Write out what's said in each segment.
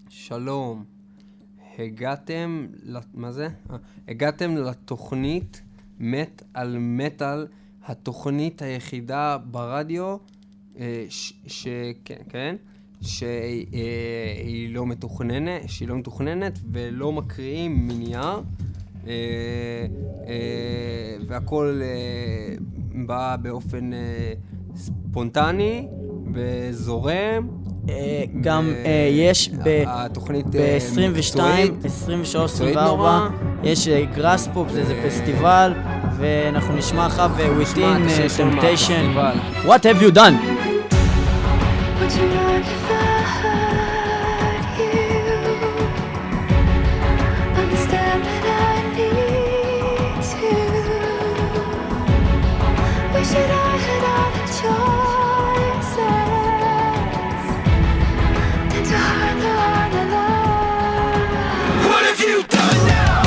שלום. הגעתם לתוכנית מת על מטל, התוכנית היחידה ברדיו שהיא לא מתוכננת ולא מקריאים מנייר, והכל בא באופן ספונטני וזורם. גם יש ב-22, 23, 24 יש גראס פופ, זה פסטיבל, ואנחנו נשמע אחריו Within Temptation. What have you done? Would you mind if I hurt you? Understand that I need to. Wish that I had all the choices. Than to hurt the one I love. What have you done now?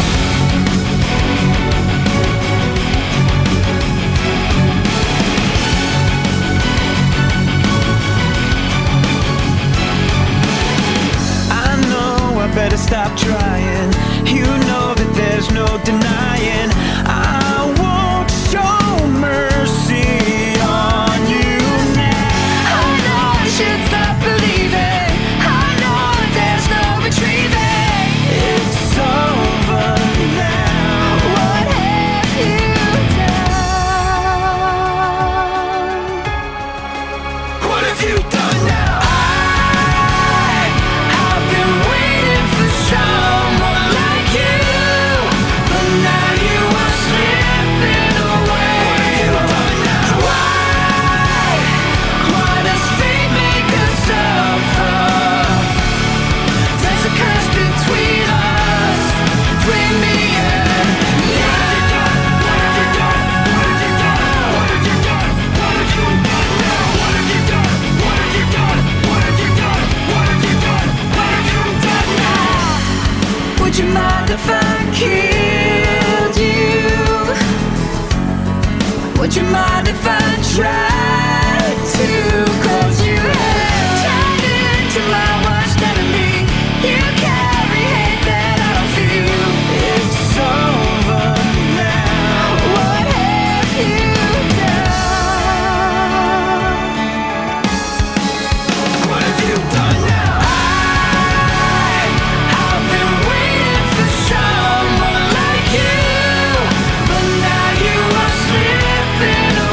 Better stop trying. You know that there's no denying. I won't show mercy on you now. I know I should stop believing. I know there's no retrieving. It's over now. What have you done? What have you done now? Someone like you, but now you are slipping away. Why does fate make us suffer? There's a curse between us, between me and you. What have you done? What have you done? What have you done? What have you done now? What have you done? What have you done? What have you done? What have you done? What have you done now? Would you mind if I killed you? Would you mind if I tried to? 'Cause you have turned into my worst enemy. You carry hate that I don't feel. It's over now. What have you done? What have you done now? I've been waiting for someone like you, but now you are slipping away.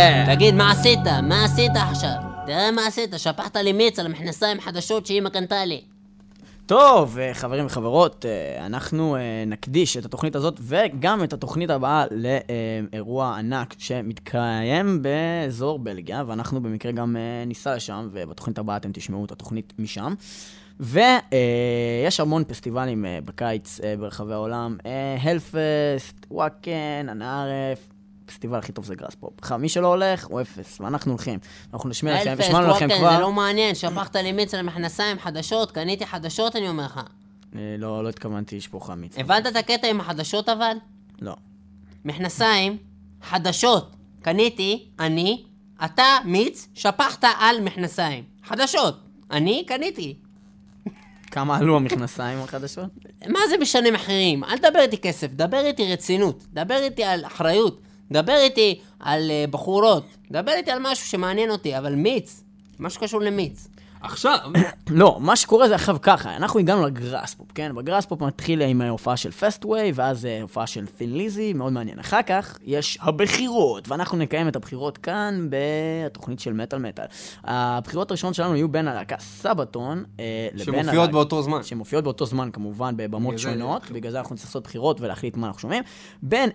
תגיד, מה עשית? מה עשית עכשיו? תראה מה עשית, שפחת לי מיץ על המכנסיים חדשות שהיא מקנתה לי. טוב, חברים וחברות, אנחנו נקדיש את התוכנית הזאת וגם את התוכנית הבאה לאירוע ענק שמתקיים באזור בלגיה, ואנחנו במקרה גם ניסע לשם, ובתוכנית הבאה אתם תשמעו את התוכנית משם. ויש המון פסטיבלים בקיץ ברחבי העולם, הלפסט, וואקן, הנערף, הפסטיבל הכי טוב זה גראס פופ. מי שלא הולך הוא אפס, ואנחנו הולכים. אנחנו נשמיע לכם, ושמענו לכם כבר. זה לא מעניין, שפחת לי מיץ על המכנסיים חדשות, קניתי חדשות אני אומר לך. לא התכוונתי לשפוך מיץ. הבנת את הקטע עם החדשות אבל? לא. מכנסיים, חדשות, קניתי, אני, אתה מיץ, שפחת על מכנסיים. חדשות, אני קניתי. כמה עלו המכנסיים החדשות? מה זה משנה מחירים? אל תדבר איתי כסף, דבר איתי רצינות, דבר איתי על אחריות, דבר איתי על בחורות, דבר איתי על משהו שמעניין אותי, אבל מיץ, משהו קשור למיץ. עכשיו... לא, מה שקורה זה עכשיו ככה, אנחנו הגענו לגראספופ, כן? בגראספופ מתחיל עם ההופעה של פסטווי, ואז הופעה של פין ליזי, מאוד מעניין. אחר כך יש הבחירות, ואנחנו נקיים את הבחירות כאן בתוכנית של מטל מטל. הבחירות הראשונות שלנו יהיו בין הלהקה סבתון, שמופיעות באותו זמן. שמופיעות באותו זמן, כמובן, בבמות שונות, בגלל זה אנחנו נצטרך לעשות בחירות ולהחליט מה אנחנו שומעים. בין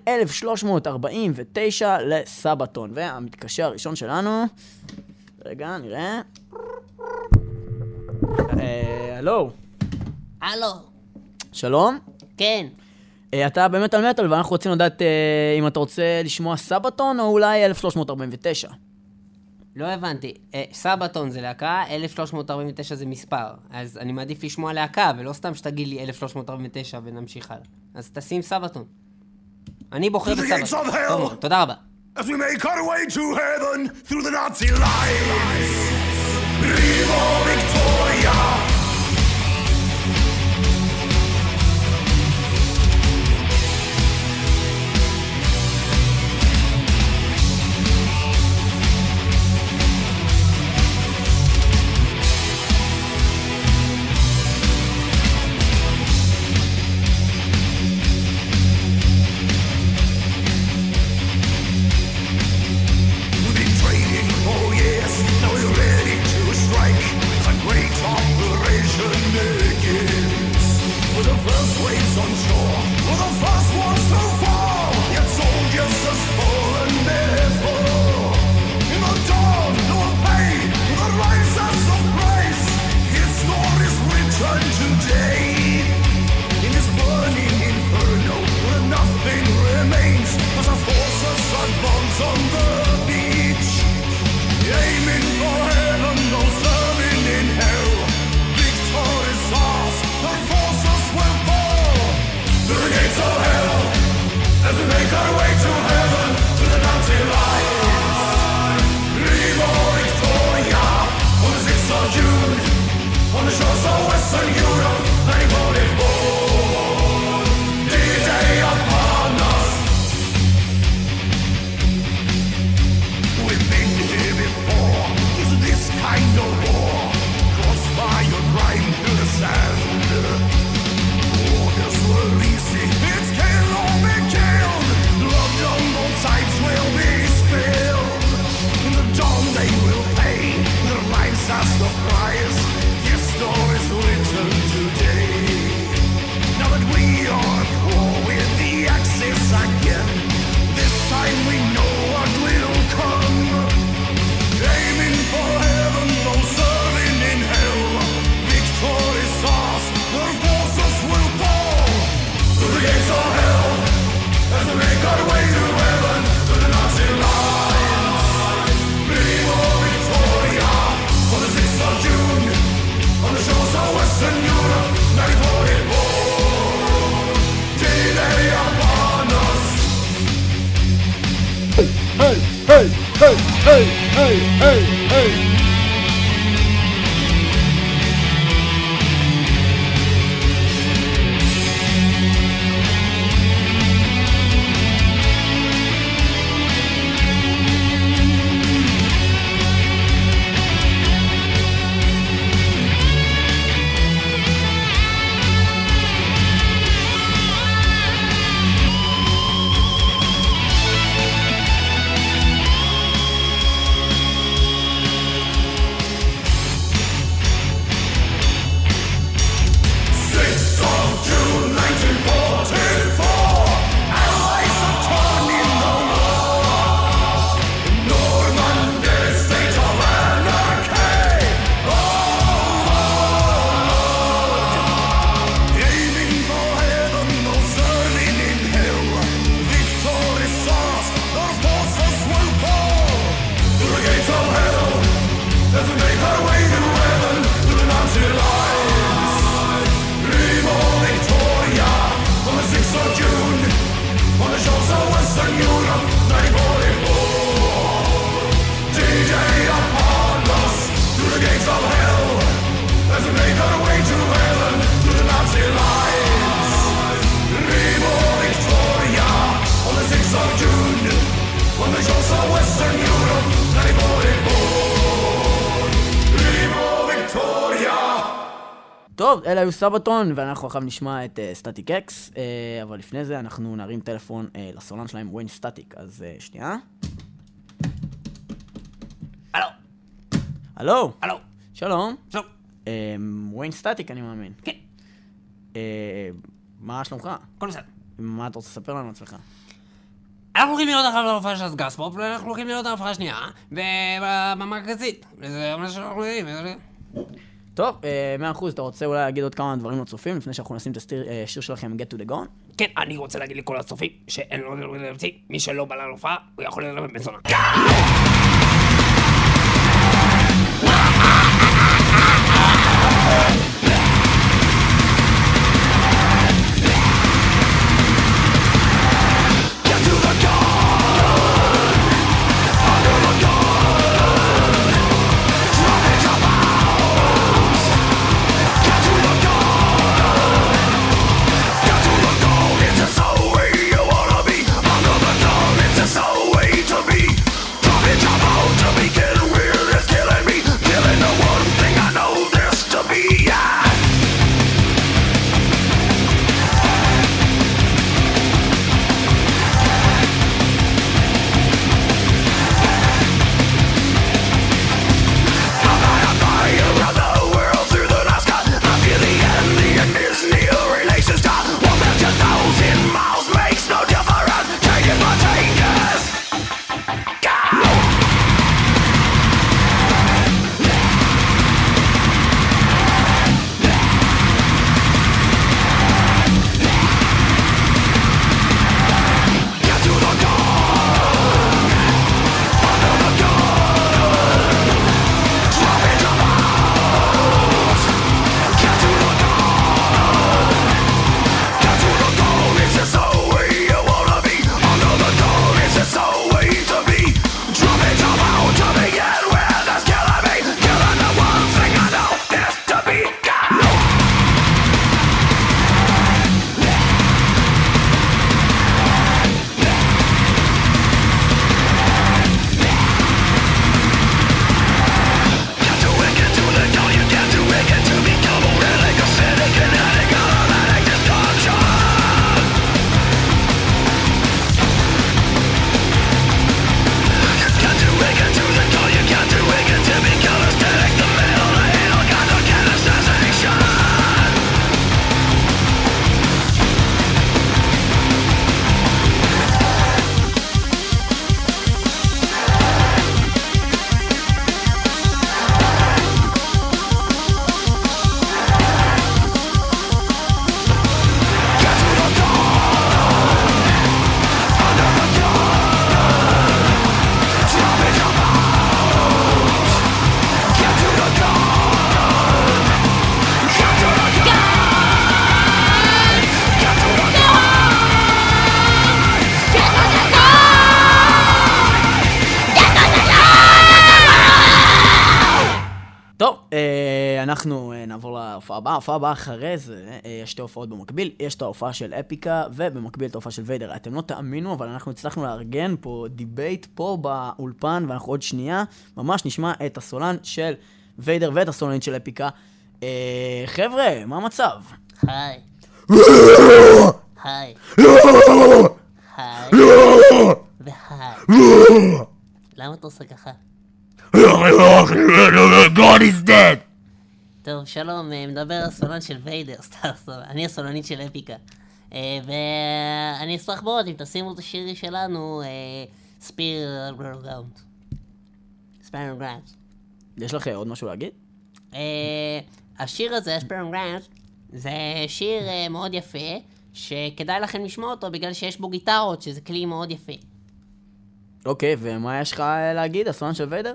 1349 לסבתון, והמתקשר הראשון שלנו, רגע, נראה. הלו. הלו. שלום. כן. אתה באמת על מטל, ואנחנו רוצים לדעת אם אתה רוצה לשמוע סבתון או אולי 1349. לא הבנתי. סבתון זה להקה, 1349 זה מספר. אז אני מעדיף לשמוע להקה, ולא סתם שתגיד לי 1349 ונמשיך הלאה. אז תשים סבתון. אני בוחר בסבתון. טוב, תודה רבה. As we make our way to heaven through the Nazi lines. Viva Victoria! We've been training, oh yes, now we're ready to strike. It's a great operation. טוב, אלה היו סבתון, ואנחנו עכשיו נשמע את סטטיק אקס, אבל לפני זה אנחנו נרים טלפון לסולן שלהם, וויין סטטיק, אז שנייה. הלו. הלו. הלו. שלום. שלום. וויין סטטיק, אני מאמין. כן. מה שלומך? כל בסדר. מה אתה רוצה לספר לנו עצמך? אנחנו הולכים לראות עכשיו להופעה של הסגספופ, ואנחנו הולכים לראות ההופעה השנייה, ובמרכזית. וזה מה שאנחנו יודעים. טוב, 100%, אתה רוצה אולי להגיד עוד כמה דברים לצופים, לפני שאנחנו נשים את השיר שלכם, Get to the Gone? כן, אני רוצה להגיד לכל הצופים, שאין לו להוציא, מי שלא בא להופעה, הוא יכול לדבר בצונה. אנחנו נעבור להופעה הבאה. ההופעה הבאה אחרי זה, יש שתי הופעות במקביל. יש את ההופעה של אפיקה, ובמקביל את ההופעה של ויידר. אתם לא תאמינו, אבל אנחנו הצלחנו לארגן פה דיבייט פה באולפן, ואנחנו עוד שנייה ממש נשמע את הסולן של ויידר ואת הסולנית של אפיקה. חבר'ה, מה המצב? היי. היי. היי. והי. למה אתה עושה ככה? God is dead! טוב, שלום, מדבר הסולן של ויידר, אני הסולנית של אפיקה. ואני אשמח מאוד אם תשימו את השיר שלנו, ספיר גראונד. ספיר גראונד. יש לך עוד משהו להגיד? השיר הזה, ספיר גראונד, זה שיר מאוד יפה, שכדאי לכם לשמוע אותו בגלל שיש בו גיטרות, שזה כלי מאוד יפה. אוקיי, ומה יש לך להגיד, הסולן של ויידר?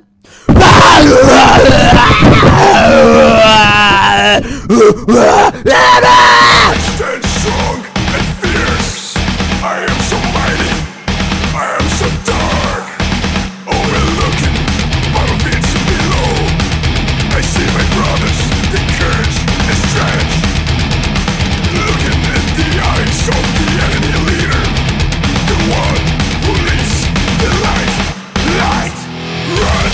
Stand strong and fierce. I am so mighty. I am so dark. Overlooking battlefields below. I see my brothers, the courage and strength. Looking at the eyes of the enemy leader, the one who leads the light. Light, run.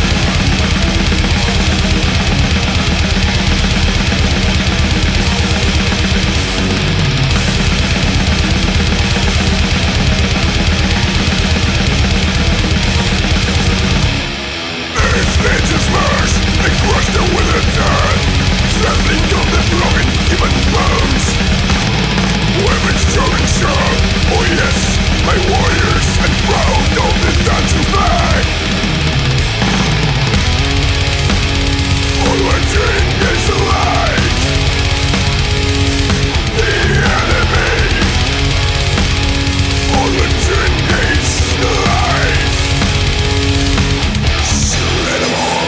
Oh yes, my warriors and proud of the dancing flag. All we're doing is the light. The enemy. All we're doing is the light. Slay them all.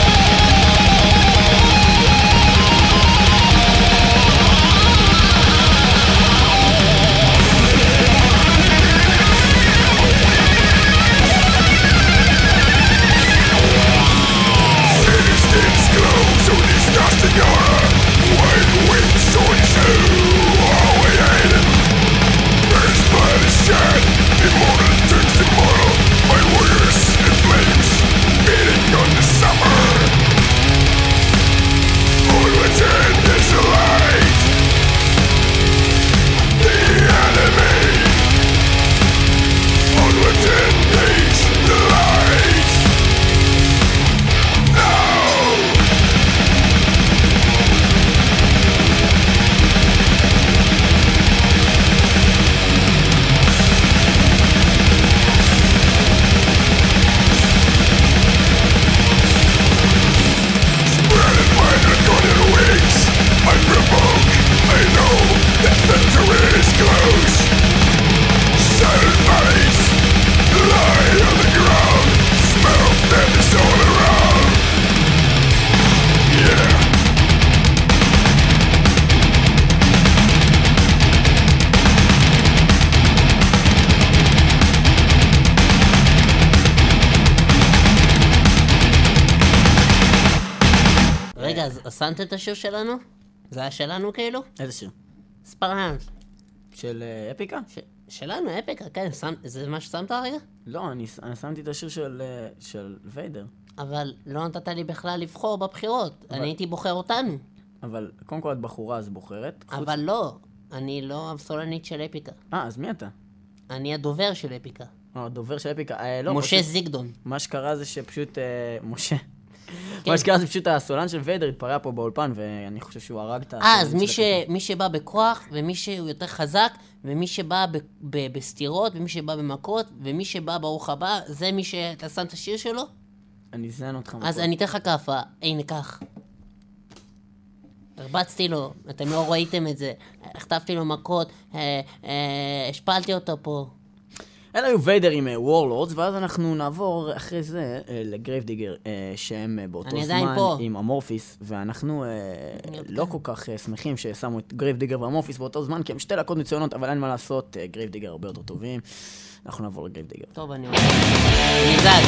City-states glow, so these dust in your white wings, so it's all we hate. First blood is shed, immortal turns immortal. My warriors in flames, beating on the summer. All within is the light. The enemy. All within is the light. Spreading my draconian wings, I provoke, I know that victory is close. Silent bodies lie on the ground, smell of death is all around. Yeah. רגע, אז שמתם את השיר שלנו? זה היה שלנו כאילו? איזה שיר? ספרנס. של אפיקה? שלנו, אפיקה, כן, זה מה ששמת רגע? לא, אני שמתי את השיר של ויידר. אבל לא נתת לי בכלל לבחור בבחירות, אני הייתי בוחר אותנו. אבל קודם כל את בחורה אז בוחרת. אבל לא, אני לא הסולנית של אפיקה. אז מי אתה? אני הדובר של אפיקה. הדובר של אפיקה. לא, משה פשוט, זיגדון. מה שקרה זה שפשוט, משה. כן. מה שקרה זה פשוט הסולן של ויידר התפרע פה באולפן, ואני חושב שהוא הרג את אז מי שבא בכוח, ומי שהוא יותר חזק, ומי שבא בסתירות, ומי שבא במכות, ומי שבא ברוך הבא, זה מי שאתה שם את השיר שלו? אני זן אותך. אז אני אתן לך כאפה, הנה כך. הרבצתי לו, אתם לא ראיתם את זה, הכתבתי לו מכות, השפלתי אותו פה. אלה היו ויידר עם וורלורדס, ואז אנחנו נעבור אחרי זה לגרייבדיגר, שהם באותו זמן עם אמורפיס, ואנחנו לא כל כך שמחים ששמו את גרייבדיגר ואמורפיס באותו זמן, כי הם שתי להקות מצוינות, אבל אין מה לעשות, גרייבדיגר הרבה יותר טובים. אנחנו נעבור לגרייבדיגר. טוב, אני אומר. נזד.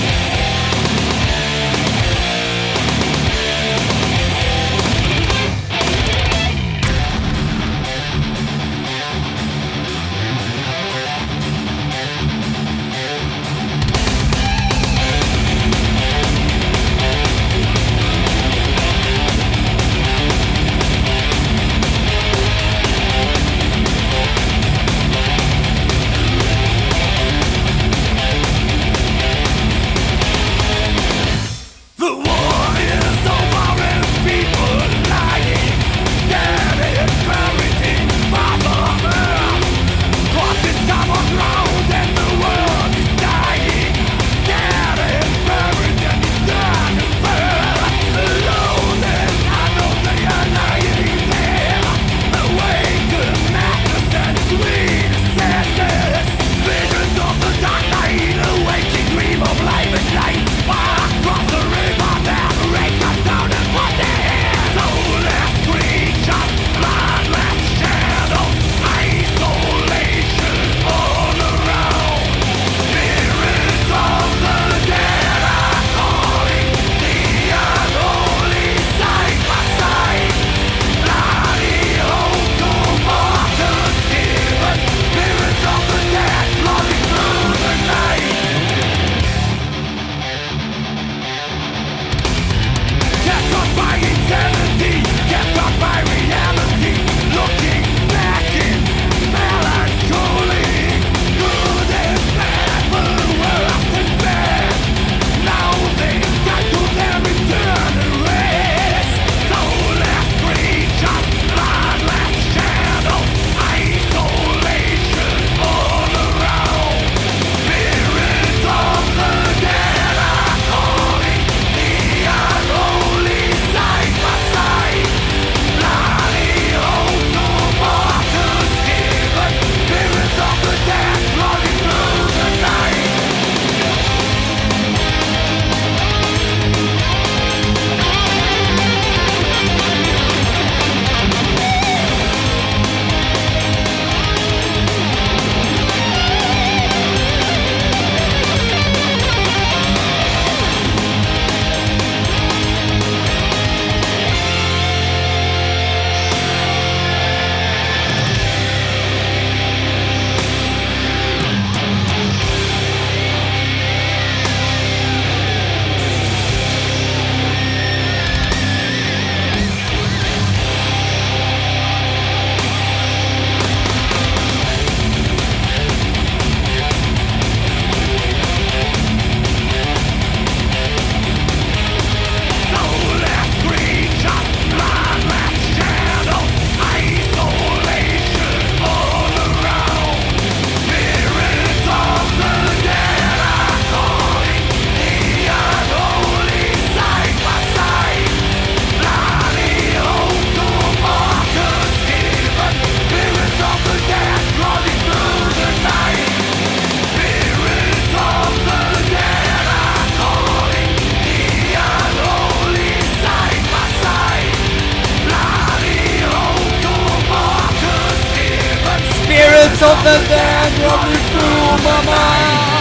something that you'll be through my mind.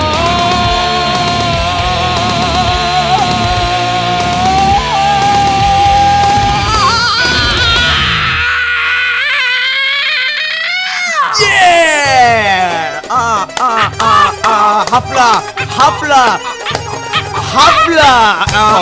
حفلة حفلة حفلة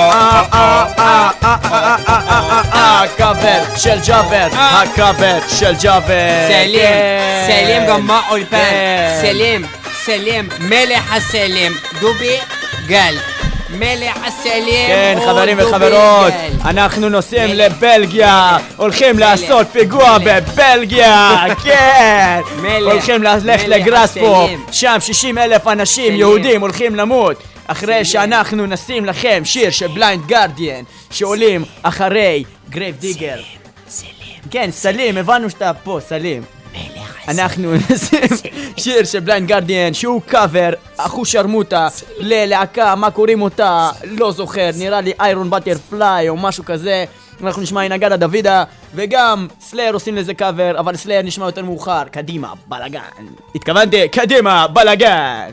הקאבר של ג'אבר, הקאבר של ג'אבר. סלים גם מה אולפן, סלים, מלך הסלים, דובי גל. מלך הסלים. כן, חברים וחברות, אנחנו נוסעים לבלגיה, הולכים לעשות פיגוע בבלגיה, כן, הולכים ללכת לגרספו, שם 60,000 אנשים יהודים הולכים למות, אחרי שאנחנו נשים לכם שיר של בליינד גרדיאן שעולים אחרי גרייב דיגר. כן, סלים, הבנו שאתה פה, סלים. אנחנו נשים שיר של בליינד גרדיאן שהוא קאבר, אחו שרמוטה ללהקה, מה קוראים אותה? לא זוכר, נראה לי איירון בטרפליי או משהו כזה. אנחנו נשמע אינגדה דוידה, וגם סלייר עושים לזה קאבר, אבל סלייר נשמע יותר מאוחר. קדימה, בלגן. התכוונתי, קדימה, בלגן.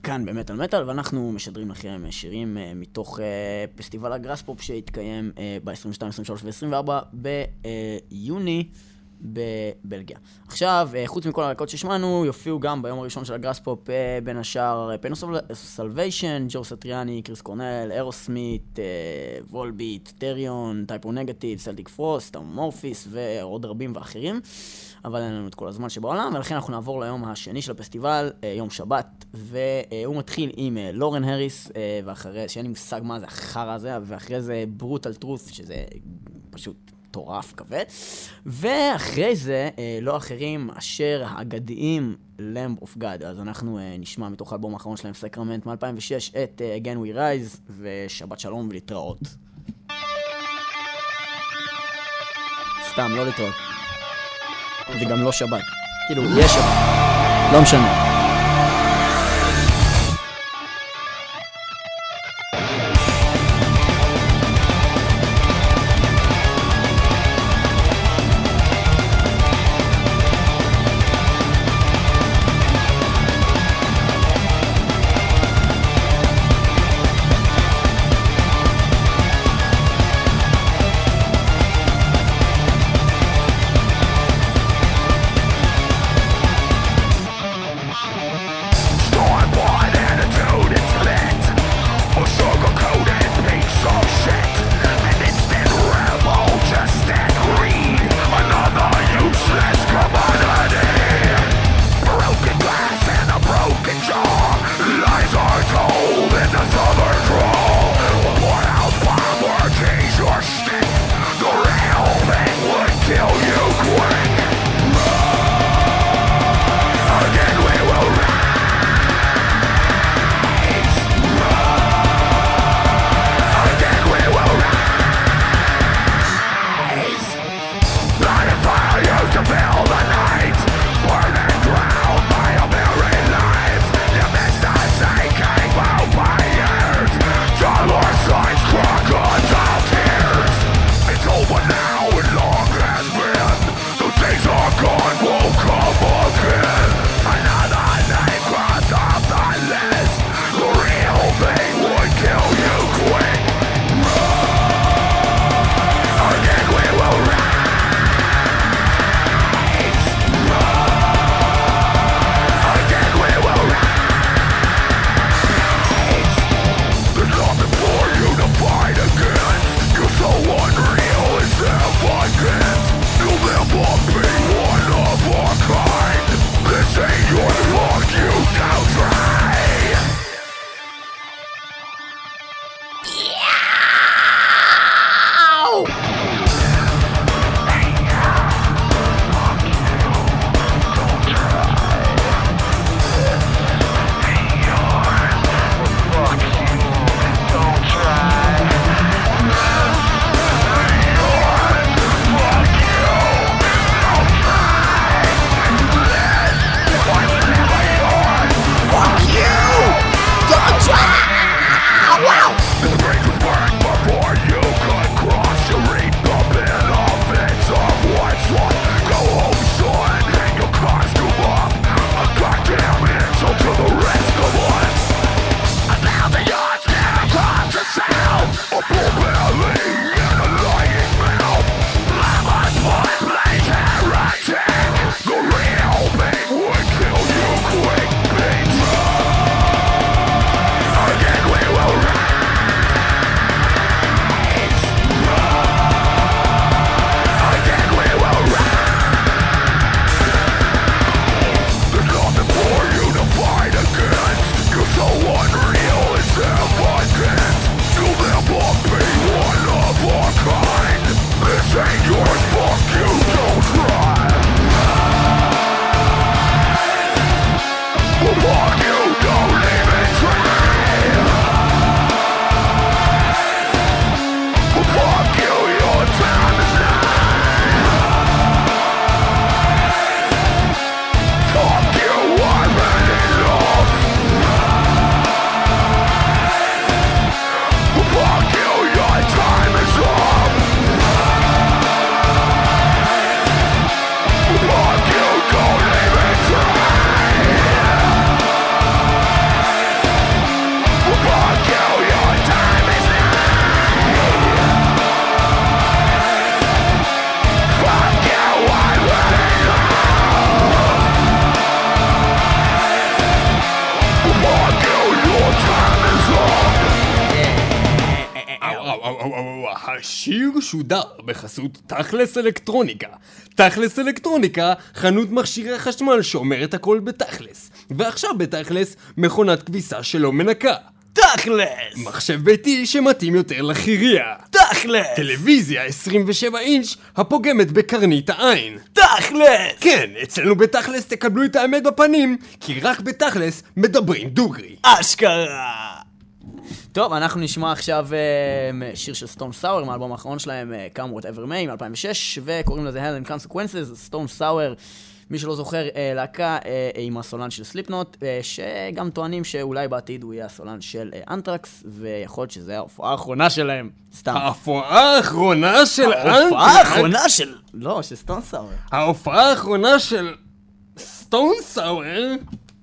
כאן במטל מטל, ואנחנו משדרים לכם שירים מתוך פסטיבל הגראס פופ שהתקיים ב-22, 23 ו-24 ביוני בבלגיה. עכשיו, חוץ מכל הלהקות ששמענו, יופיעו גם ביום הראשון של הגראס פופ בין השאר Pain of Salvation, ג'ו סטריאני, קריס קורנל, אירוסמית, וולביט, טריון, טייפו נגטיב, סלטיק פרוסט, אמורפיס ועוד רבים ואחרים. אבל אין לנו את כל הזמן שבעולם, ולכן אנחנו נעבור ליום השני של הפסטיבל, יום שבת, והוא מתחיל עם לורן הריס, ואחרי, שאין לי מושג מה זה החרא הזה, ואחרי זה ברוטל טרוס, שזה פשוט מטורף כבד, ואחרי זה לא אחרים אשר האגדיים Lamb of God, אז אנחנו נשמע מתוך האלבום האחרון שלהם, סקרמנט מ-2006, את Again We Rise, ושבת שלום ולהתראות. סתם, לא להתראות. וגם לא שבת. כאילו, יש שבת. לא משנה. השיר שודר בחסות תכלס אלקטרוניקה. תכלס אלקטרוניקה, חנות מכשירי חשמל שאומרת הכל בתכלס. ועכשיו בתכלס, מכונת כביסה שלא מנקה. תכלס! מחשב ביתי שמתאים יותר לחירייה. תכלס! טלוויזיה 27 אינץ' הפוגמת בקרנית העין. תכלס! כן, אצלנו בתכלס תקבלו את האמת בפנים, כי רק בתכלס מדברים דוגרי. אשכרה! טוב, אנחנו נשמע עכשיו שיר של סטון סאואר מהאלבום האחרון שלהם, Come Whatever May, מ-2006, וקוראים לזה Hell and Consequences. סטון סאואר, מי שלא זוכר, להקה עם הסולן של סליפנוט, שגם טוענים שאולי בעתיד הוא יהיה הסולן של אנטרקס, ויכול להיות שזה ההופעה האחרונה שלהם. סתם. ההופעה האחרונה של אנטרקס? ההופעה האחרונה של... לא, של סטון סאואר. ההופעה האחרונה של סטון סאואר?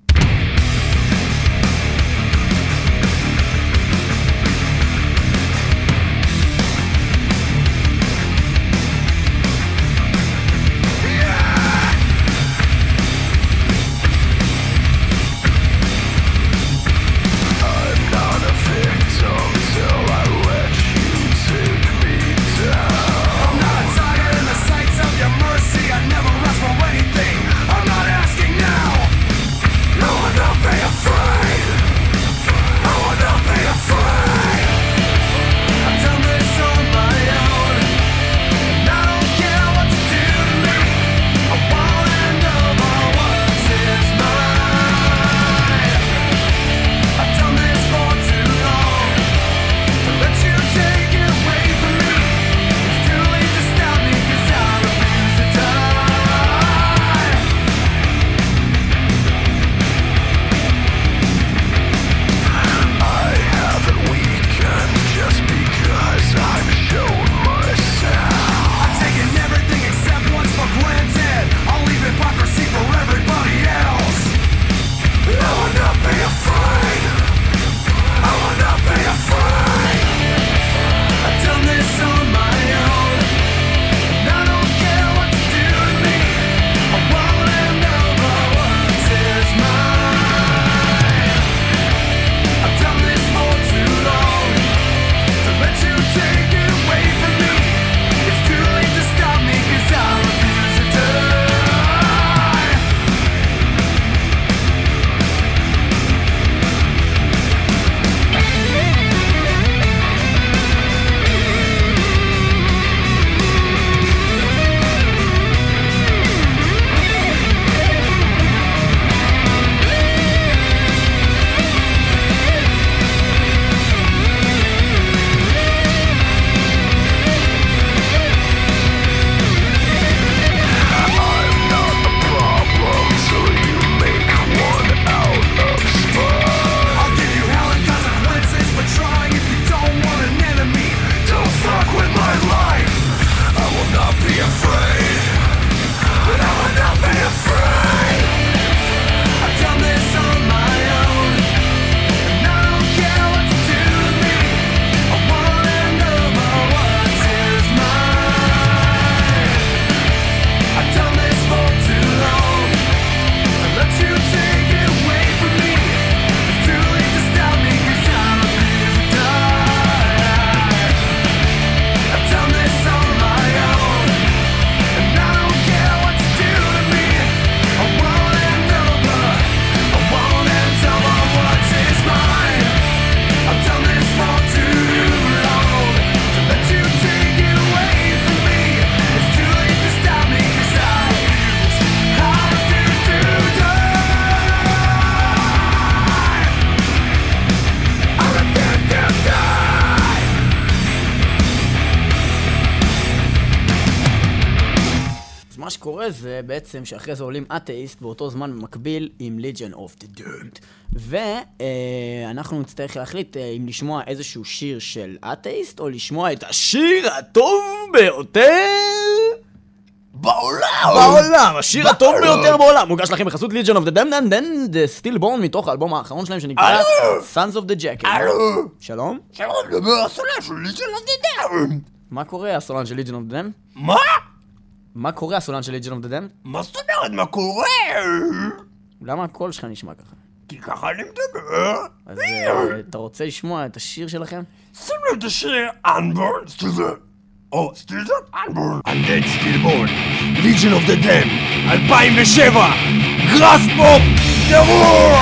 שקורה זה בעצם שאחרי זה עולים אתאיסט באותו זמן במקביל עם Legion of the Damned. ואנחנו נצטרך להחליט אם לשמוע איזשהו שיר של אתאיסט או לשמוע את השיר הטוב ביותר בעולם, השיר הטוב ביותר בעולם. מוגש לכם בחסות Legion of the Damned and the Stillborn מתוך האלבום האחרון שלהם שנקרא Sons of the Jackal. שלום? שלום, דבר הסולן של Legion of the Damned. מה קורה הסולן של Legion of the Damned? מה? מה קורה הסולן של Legion of the Damned? מה זאת אומרת? מה קורה? למה הקול שלך נשמע ככה? כי ככה אני מדבר. אז אתה רוצה לשמוע את השיר שלכם? שים לו את השיר Unborn Still There. או Still There? Unborn. Undead Still Born. Legion of the Damned. 2007. גראספופ. דבור.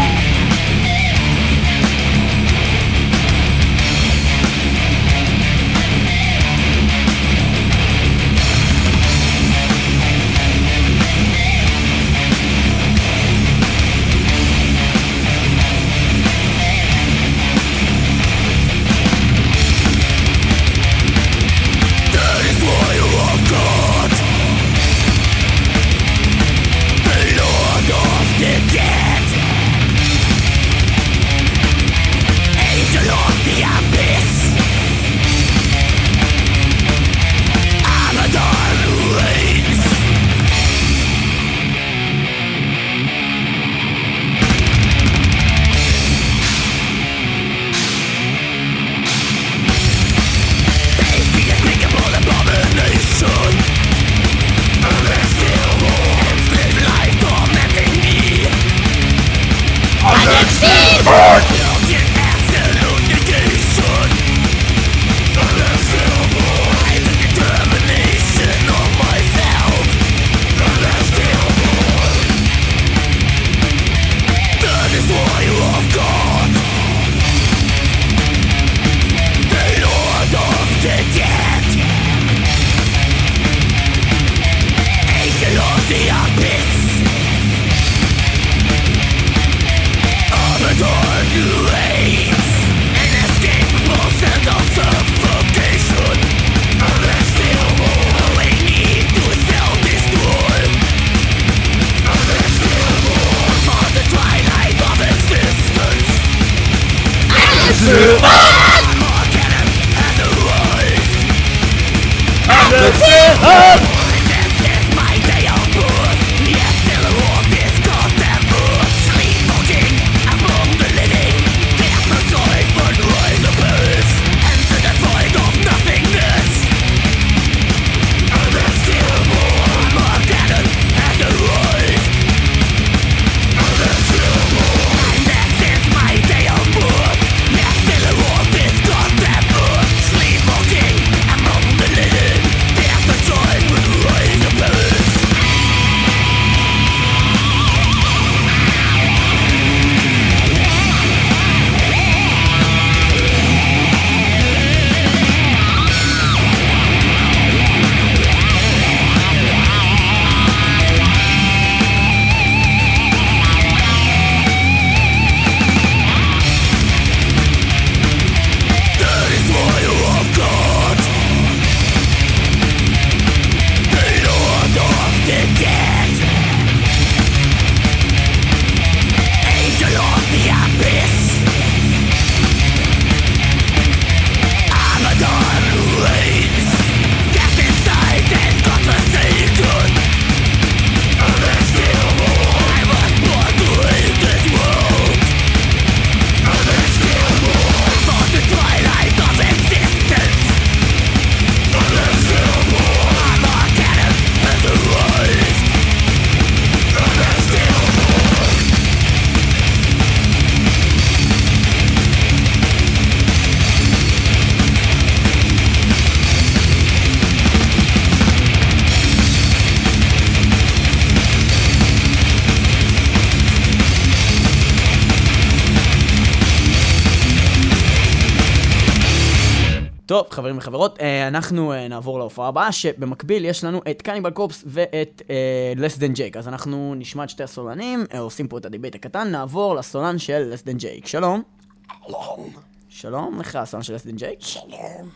טוב, חברים וחברות, אנחנו נעבור להופעה הבאה, שבמקביל יש לנו את קניבל קורפס ואת Less Than Jake. אז אנחנו נשמע את שתי הסולנים, עושים פה את הדיבייט הקטן, נעבור לסולן של Less Than Jake. שלום. שלום. שלום לך, הסולן של Less Than Jake. שלום.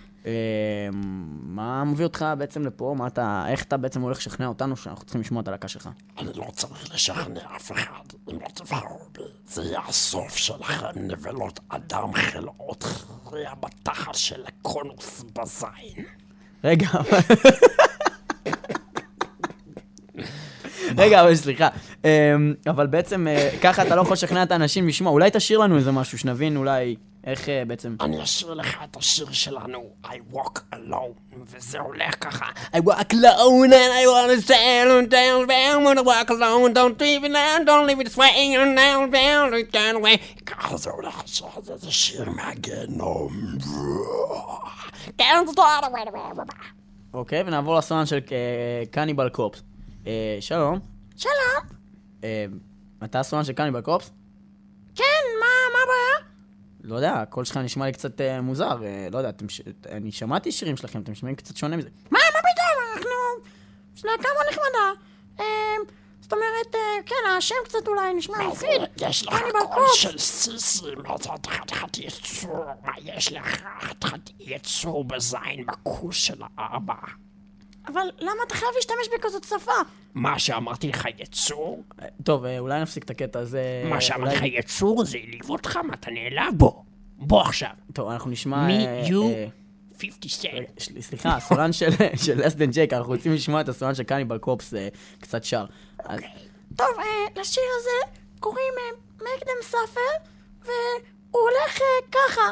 מה מביא אותך בעצם לפה? איך אתה בעצם הולך לשכנע אותנו שאנחנו צריכים לשמוע את הלהקה שלך? אני לא צריך לשכנע אף אחד. אם לא תבחרו בי, זה יהיה הסוף שלכם, נבלות אדם חלאות חריה בתחת של הקונוס בזין. רגע, רגע, אבל סליחה. אבל בעצם ככה אתה לא יכול לשכנע את האנשים לשמוע. אולי תשאיר לנו איזה משהו שנבין אולי איך בעצם... אני אשאיר לך את השיר שלנו, I walk alone, וזה הולך ככה. I walk alone and I wanna sail down, when I walk alone, don't leave it now, don't leave it swaying down, down away. ככה זה הולך, זה שיר מהגיהנום. אוקיי, ונעבור לסולן של קניבל קופס. שלום. שלום. אתה הסולן של קניבל קופס? כן, מה הבעיה? לא יודע, הקול שלך נשמע לי קצת מוזר. לא יודע, אני שמעתי שירים שלכם, אתם נשמעים קצת שונה מזה. מה פתאום? אנחנו... יש להקה מאוד נחמדה. זאת אומרת, כן, השם קצת אולי נשמע מפחיד. יש לך קול של סיסי, חתיכת יצור, מה יש לך? חתיכת יצור בזין בכוס של האבא. אבל למה אתה חייב להשתמש בכזאת שפה? מה שאמרתי לך יצור? טוב, אולי נפסיק את הקטע הזה. מה שאמרתי לך יצור זה העליב אותך, מה אתה נעלב בו? בוא עכשיו. טוב, אנחנו נשמע... Me, you, 50 cent. סליחה, הסולן של לס דן ג'ייק, אנחנו רוצים לשמוע את הסולן של קניבל קופס קצת שר. טוב, לשיר הזה קוראים Make Them Suffer, והוא הולך ככה.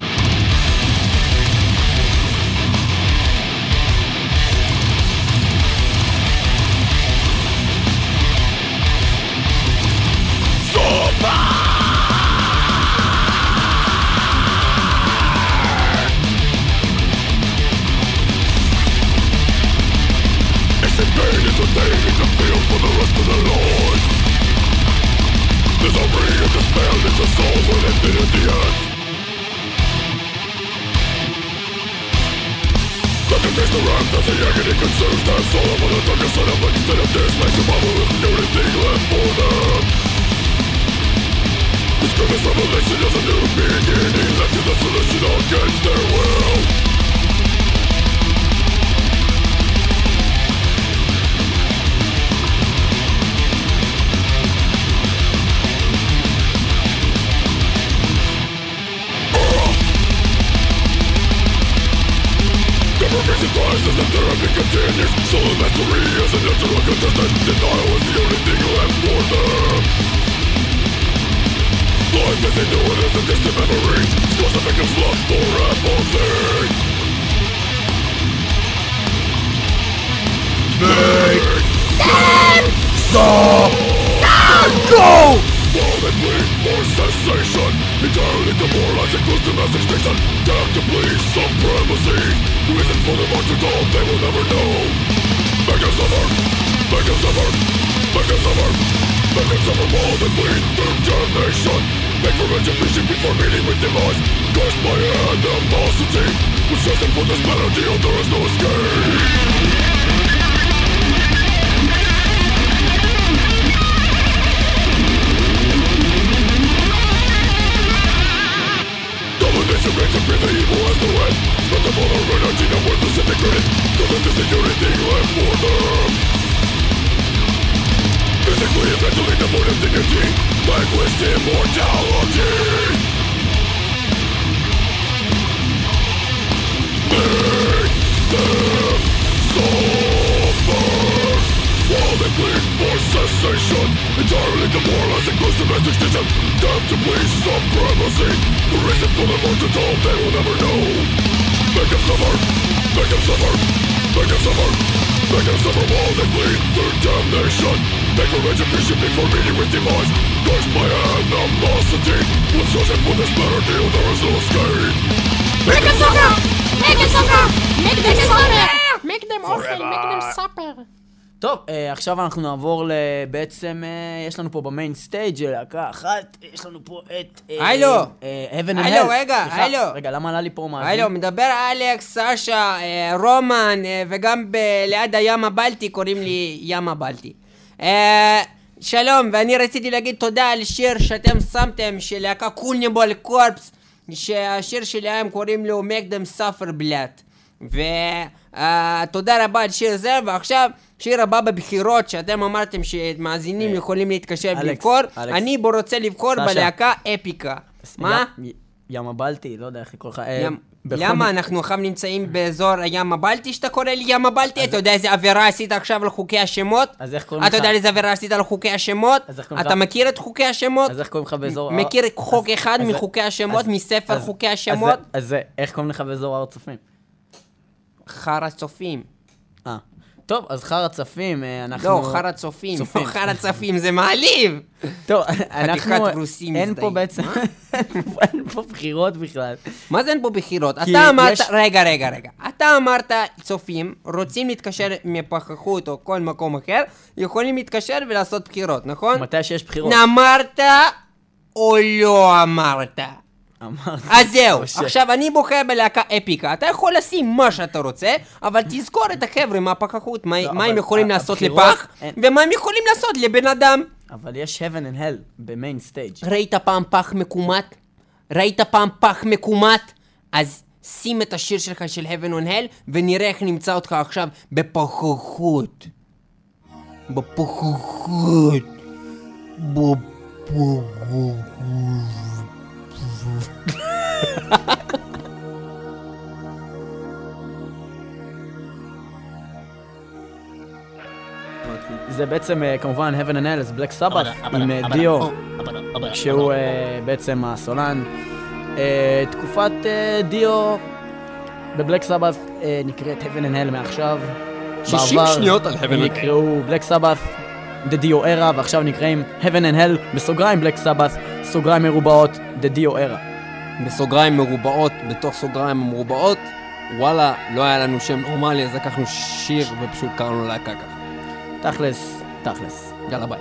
It's a pain, it's a thing, it's a feel for the rest of the Lord. Misery and despair, it's a soul with infinity ends. Let them taste the wrath as the agony consumes their soul. For the darkest side of instead of this makes survival with the only thing left for them. This grievous revelation is a new beginning, led to the solution against their will. Deprivation rises and therapy continues. Soul mastery is an eternal contestant. Denial is the only thing left for them. Life as they know it is a distant memory. Scores of victims lost for apathy. Make them stop and go! While they plead for cessation, entirely demoralizing close to mass extinction. Damn to please supremacy. Reasons for the martyrdom they will never know. Make them suffer, make them suffer, make them suffer, make them suffer while they bleed through damnation. Make revenge and vision before meeting with demise. Cursed by animosity, with searching for this melody, there is no escape. Domination reigns supreme, the evil has no end. Spent the mother energy, now worth disintegrated. So that this is the only thing left for them. Physically and mentally devoid of dignity, vanquished immortality. Make them suffer while they plead for cessation. Entirely demoralizing, close to mass extinction. Damn to please supremacy. The reason for the martyrdom they will never know. Make them suffer, make them suffer, make them suffer, make them suffer while they bleed through damnation. Make revenge and vision before meeting with demise. Cursed by animosity, with searching for this better deal, there is no escape. Make them suffer! Make them suffer! Make them suffer! Make them often, make them suffer. טוב, עכשיו אנחנו נעבור בעצם, יש לנו פה במיין סטייג' להקה אחת, יש לנו פה את... הלו! Heaven and הלו, Hell. רגע, סליחה, הלו. רגע, למה עלה לי פה מה? הלו, מדבר אלכס, סשה, רומן, וגם ליד הים הבלטי קוראים לי ים הבלטי. שלום, ואני רציתי להגיד תודה על שיר שאתם שמתם של להקה קולניבל קורפס, שהשיר שלהם קוראים לו Make Them Suffer בלאט. ותודה רבה על שיר זה, ועכשיו שיר הבא בבחירות שאתם אמרתם שמאזינים יכולים להתקשר ולבחור, אני רוצה לבחור בלהקה אפיקה. מה? ים הבלטי, לא יודע איך לקרוא לך. למה אנחנו עכשיו נמצאים באזור הים הבלטי שאתה קורא לי ים הבלטי? אתה יודע איזה עבירה עשית עכשיו על חוקי השמות? אז איך קוראים לך? אתה יודע איזה עבירה עשית על חוקי השמות? אתה מכיר את חוקי השמות? אז איך קוראים לך באזור... מכיר חוק אחד מחוקי השמות, מספר חוקי השמות? אז איך קוראים לך באזור הר הצופים? חר הצופים. טוב, אז חר הצופים, אנחנו... לא, חר הצופים. חר הצופים, זה מעליב! טוב, אנחנו... חתיכת רוסים אין פה מזדהים. בעצם... אין פה בחירות בכלל. מה זה אין פה בחירות? כי אתה אמרת... יש- רגע. אתה אמרת, צופים, רוצים להתקשר מפחחות או כל מקום אחר, יכולים להתקשר ולעשות בחירות, נכון? מתי שיש בחירות? אמרת או לא אמרת? אמרתי. אז זהו, משה. עכשיו אני בוחר בלהקה אפיקה, אתה יכול לשים מה שאתה רוצה, אבל תזכור את החבר'ה מהפחחות, מה לא, מה אבל הם יכולים לעשות הבחירות- לפח, אין. ומה הם יכולים לעשות לבן אדם. אבל יש heaven and hell במיין סטייג'. ראית פעם פח מקומט? ראית פעם פח מקומט? אז שים את השיר שלך של Heaven on Hell, ונראה איך נמצא אותך עכשיו בפחחות. בפחחות. זה בעצם כמובן heaven and hell, אז בלק סבת עם דיו, שהוא בעצם הסולן. תקופת דיו בבלק סבת נקראת heaven and hell מעכשיו. 60 שניות על Heaven and Hell. נקראו בלק סבת The Dio Era, ועכשיו נקראים heaven and hell בסוגריים בלק סבת, סוגריים מרובעות The Dio Era. בסוגריים מרובעות, בתוך סוגריים מרובעות, וואלה, לא היה לנו שם נורמלי, אז לקחנו שיר ופשוט קראנו להקה ככה. תכלס. יאללה ביי.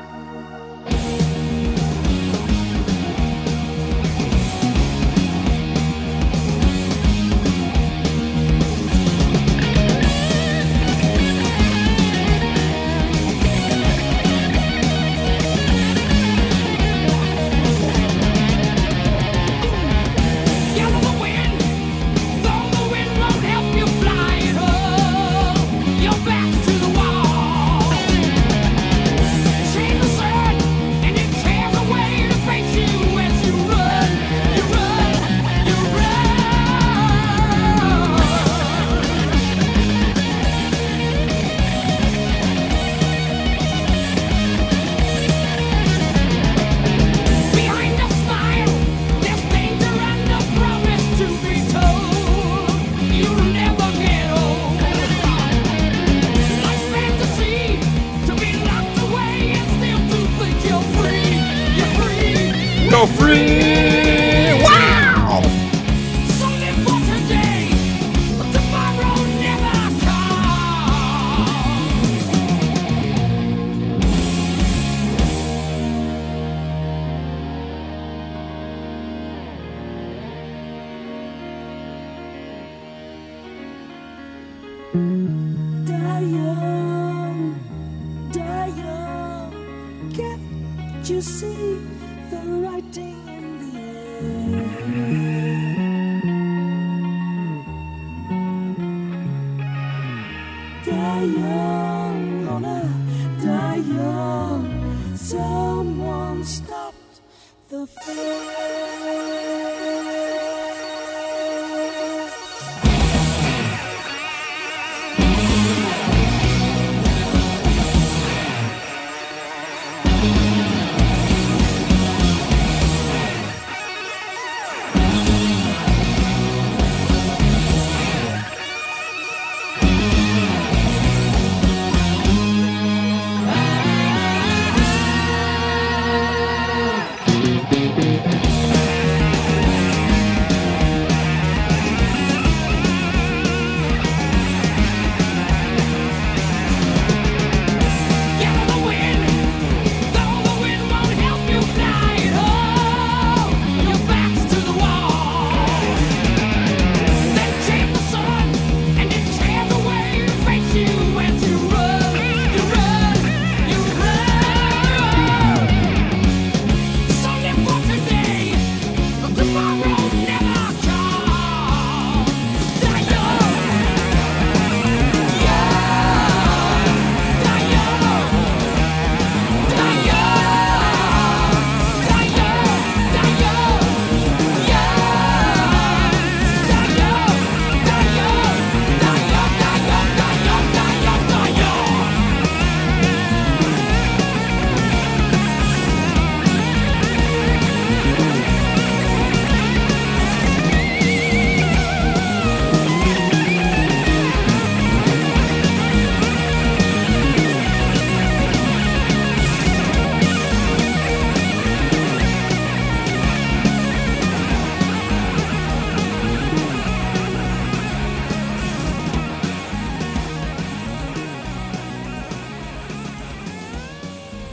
Can't you see the writing in the air? Die young, gonna die young. Someone stopped the fear.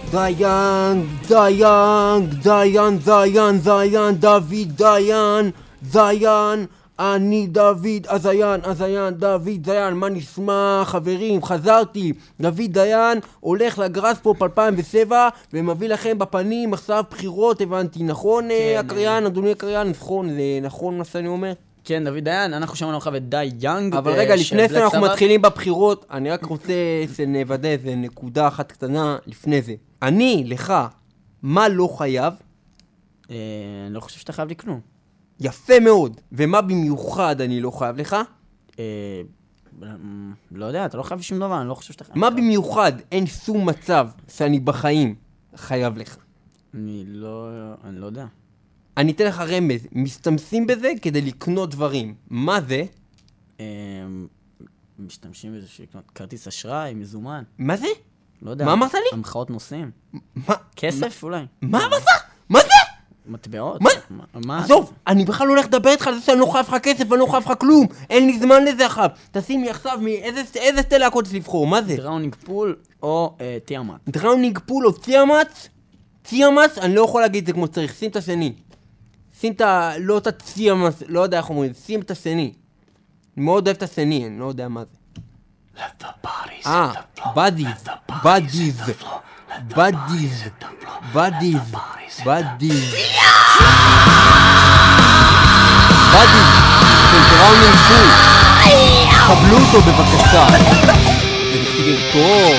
דיין, דיין, דיין, דיין, דיין, דוד דיין, דיין, אני דוד, הזיין, דוד דיין, מה נשמע חברים, חזרתי, דוד דיין הולך לגרספופ 2007 ומביא לכם בפנים עכשיו בחירות, הבנתי, נכון הקריין, אדוני הקריין, נכון, זה נכון מה שאני אומר? כן, דוד דיין, אנחנו שמענו לך ודי יאנג. אבל רגע, לפני זה אנחנו מתחילים בבחירות, אני רק רוצה שנוודא איזה נקודה אחת קטנה לפני זה. אני, לך, מה לא חייב? אני לא חושב שאתה חייב לקנות. יפה מאוד. ומה במיוחד אני לא חייב לך? לא יודע, אתה לא חייב שום דבר, אני לא חושב שאתה חייב. מה במיוחד אין שום מצב שאני בחיים חייב לך? אני לא יודע. אני אתן לך רמז, מסתמסים בזה כדי לקנות דברים. מה זה? משתמשים בזה לקנות כרטיס אשראי, מזומן. מה זה? לא יודע. מה אמרת לי? המחאות נוסעים. מה? כסף אולי. מה אמרת? מה זה? מטבעות. מה? עזוב, אני בכלל הולך לדבר איתך על זה שאני לא חייב לך כסף ואני לא חייב לך כלום. אין לי זמן לזה עכשיו. תשים לי עכשיו מאיזה שתי להקות לבחור, מה זה? דראונינג פול או תיאמט. דראונינג פול או תיאמט? תיאמט, אני לא יכול להגיד את זה כמו צריך. שים את השני. שים את לא את התיאמט, לא יודע איך אומרים, שים את השני. אני מאוד אוהב את השני, אני לא יודע מה זה. בדיז, בדיז, בדיז, בדיז, בדיז, בדיז, של דראונינג פול. קבלו אותו בבקשה. זה טוב.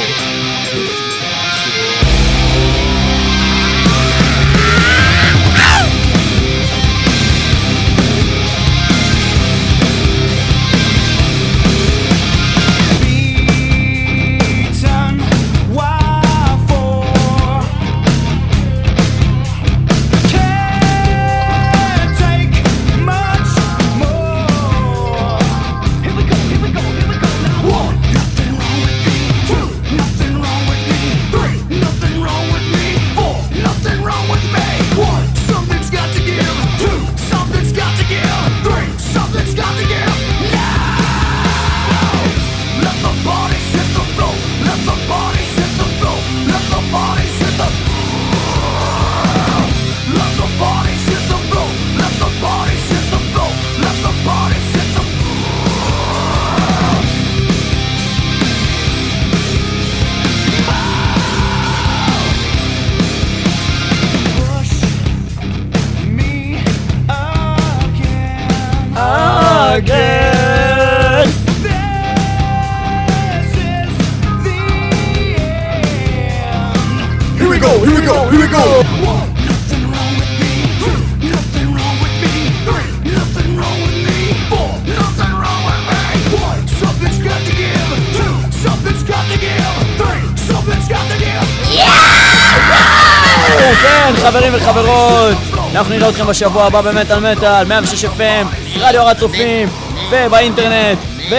חברים וחברות, אנחנו נראה אתכם בשבוע הבא במטל מטל 106 FM, רדיו הר הצופים, ובאינטרנט,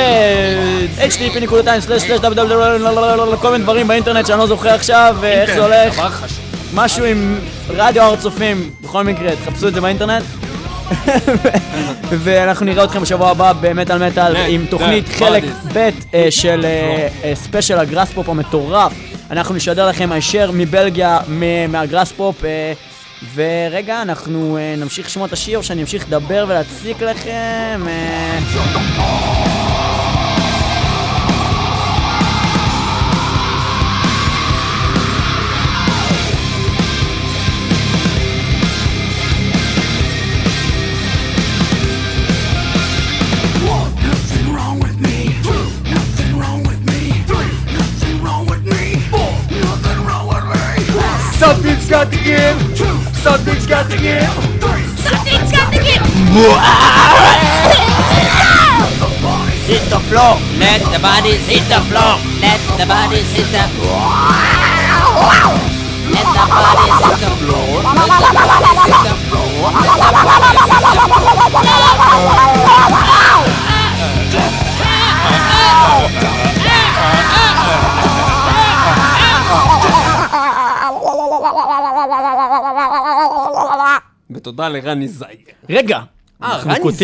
ב-http://www, כל מיני דברים באינטרנט שאני לא זוכר עכשיו, ואיך זה הולך, משהו עם רדיו הר הצופים, בכל מקרה, תחפשו את זה באינטרנט. ואנחנו נראה אתכם בשבוע הבא במטל מטל עם תוכנית חלק ב' של ספיישל הגרספופ המטורף. אנחנו נשדר לכם הישר מבלגיה, מהגרספופ, ורגע, אנחנו נמשיך לשמוע את השיר, או שאני אמשיך לדבר ולהציק לכם. Something's got to give. Something's got to give. Something's got to give. Hit the floor, let the bodies hit the floor, let the bodies hit the let the bodies hit the floor, let the bodies hit the floor, let the bodies ותודה לרני זייגר. רגע,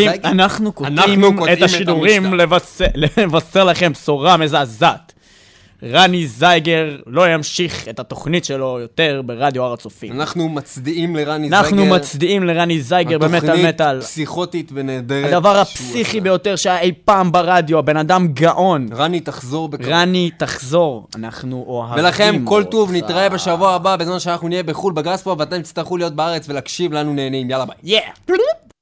אנחנו קוטעים את השידורים לבשר לכם בשורה מזעזעת. רני זייגר לא ימשיך את התוכנית שלו יותר ברדיו הר הצופים. אנחנו מצדיעים לרני זייגר. אנחנו מצדיעים לרני זייגר במטל מטל. התוכנית פסיכוטית ונהדרת. הדבר הפסיכי ביותר שהיה אי פעם ברדיו, הבן אדם גאון. רני תחזור בקרוב. רני תחזור, אנחנו אוהבים. ולכם כל טוב, אותך. נתראה בשבוע הבא בזמן שאנחנו נהיה בחול בגרספו, ואתם תצטרכו להיות בארץ ולהקשיב לנו נהנים. יאללה ביי. Yeah.